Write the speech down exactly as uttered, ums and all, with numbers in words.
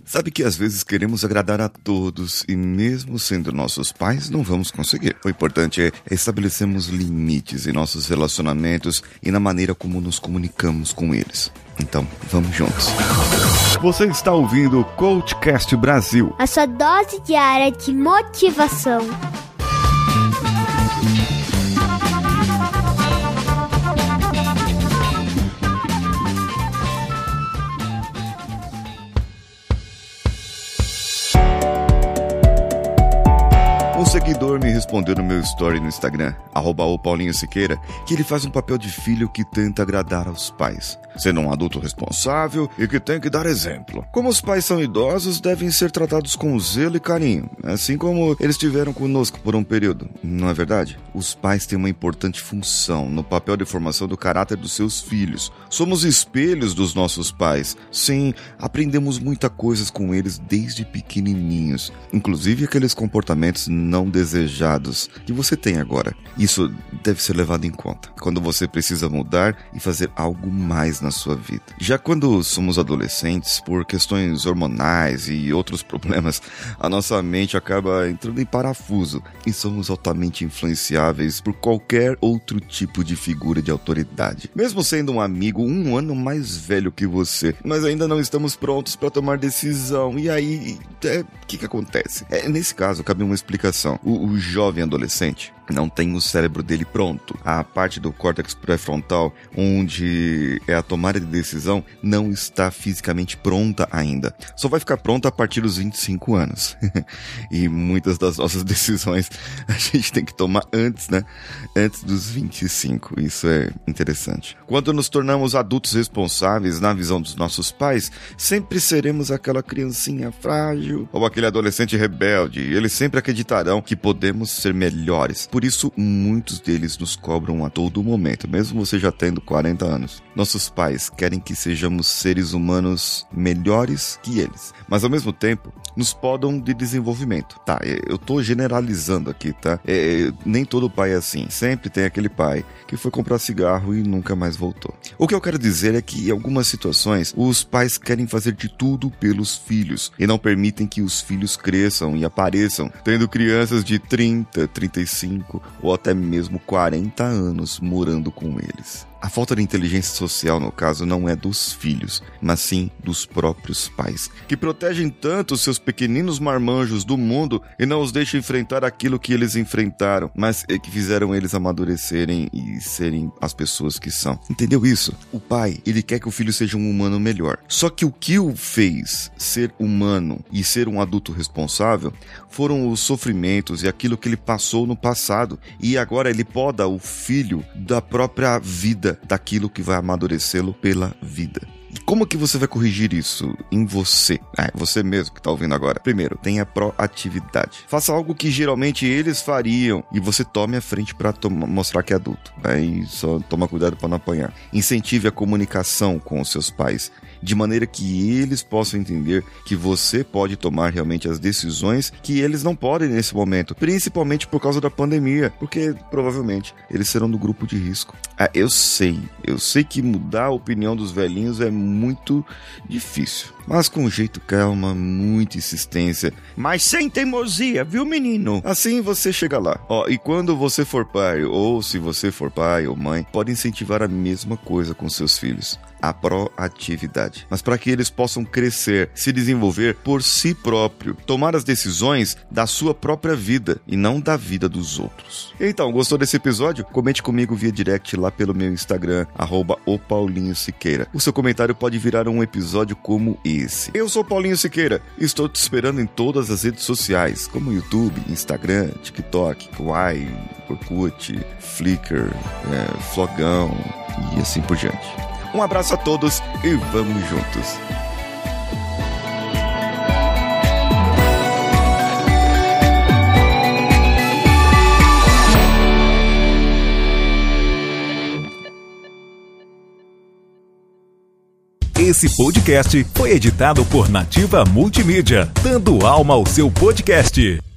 Sabe que às vezes queremos agradar a todos e mesmo sendo nossos pais não vamos conseguir. O importante é estabelecermos limites em nossos relacionamentos e na maneira como nos comunicamos com eles. Então, vamos juntos. Você está ouvindo o Coachcast Brasil, a sua dose diária de motivação. Um seguidor me respondeu no meu story no Instagram, arroba o Paulinho Siqueira, que ele faz um papel de filho que tenta agradar aos pais, sendo um adulto responsável e que tem que dar exemplo. Como os pais são idosos, devem ser tratados com zelo e carinho, assim como eles tiveram conosco por um período, não é verdade? Os pais têm uma importante função no papel de formação do caráter dos seus filhos. Somos espelhos dos nossos pais. Sim, aprendemos muita coisa com eles desde pequenininhos, inclusive aqueles comportamentos não desejados que você tem agora. Isso deve ser levado em conta quando você precisa mudar e fazer algo mais na sua vida. Já quando somos adolescentes, por questões hormonais e outros problemas, a nossa mente acaba entrando em parafuso e somos altamente influenciáveis por qualquer outro tipo de figura de autoridade. Mesmo sendo um amigo um ano mais velho que você, mas ainda não estamos prontos para tomar decisão. E aí, o é, que que acontece? É, nesse caso, cabe uma explicação. O, o jovem adolescente não tem o cérebro dele pronto. A parte do córtex pré-frontal, onde é a tomada de decisão, não está fisicamente pronta ainda. Só vai ficar pronta a partir dos vinte e cinco anos. E muitas das nossas decisões a gente tem que tomar antes, né? Antes dos vinte e cinco. Isso é interessante. Quando nos tornamos adultos responsáveis na visão dos nossos pais, sempre seremos aquela criancinha frágil ou aquele adolescente rebelde. Eles sempre acreditarão que podemos ser melhores. Por isso, muitos deles nos cobram a todo momento, mesmo você já tendo quarenta anos. Nossos pais querem que sejamos seres humanos melhores que eles, mas ao mesmo tempo, nos podam de desenvolvimento. Tá, eu tô generalizando aqui, tá? É, nem todo pai é assim. Sempre tem aquele pai que foi comprar cigarro e nunca mais voltou. O que eu quero dizer é que, em algumas situações, os pais querem fazer de tudo pelos filhos e não permitem que os filhos cresçam e apareçam, tendo crianças de trinta, trinta e cinco ou até mesmo quarenta anos morando com eles. A falta de inteligência social, no caso, não é dos filhos, mas sim dos próprios pais, que protegem tanto os seus pequeninos marmanjos do mundo e não os deixam enfrentar aquilo que eles enfrentaram, mas que fizeram eles amadurecerem e serem as pessoas que são. Entendeu isso? O pai, ele quer que o filho seja um humano melhor. Só que o que o fez ser humano e ser um adulto responsável foram os sofrimentos e aquilo que ele passou no passado. E agora ele poda o filho da própria vida, daquilo que vai amadurecê-lo pela vida. E como que você vai corrigir isso em você? É, você mesmo que está ouvindo agora. Primeiro, tenha proatividade. Faça algo que geralmente eles fariam e você tome a frente para mostrar que é adulto. Aí só toma cuidado para não apanhar. Incentive a comunicação com os seus pais, de maneira que eles possam entender que você pode tomar realmente as decisões que eles não podem nesse momento, principalmente por causa da pandemia, porque provavelmente eles serão do grupo de risco. Ah, eu sei, eu sei que mudar a opinião dos velhinhos é muito difícil, mas com jeito, calma, muita insistência, mas sem teimosia, viu, menino? Assim você chega lá. Ó, e quando você for pai, ou se você for pai ou mãe, pode incentivar a mesma coisa com seus filhos. A proatividade. Mas para que eles possam crescer, se desenvolver por si próprio, tomar as decisões da sua própria vida e não da vida dos outros. Então, gostou desse episódio? Comente comigo via direct lá pelo meu Instagram, arroba o Paulinho Siqueira. O seu comentário pode virar um episódio como esse. Eu sou Paulinho Siqueira e estou te esperando em todas as redes sociais, como YouTube, Instagram, TikTok, Kawaii, Orkut, Flickr, é, Flogão e assim por diante. Um abraço a todos e vamos juntos! Esse podcast foi editado por Nativa Multimídia, dando alma ao seu podcast.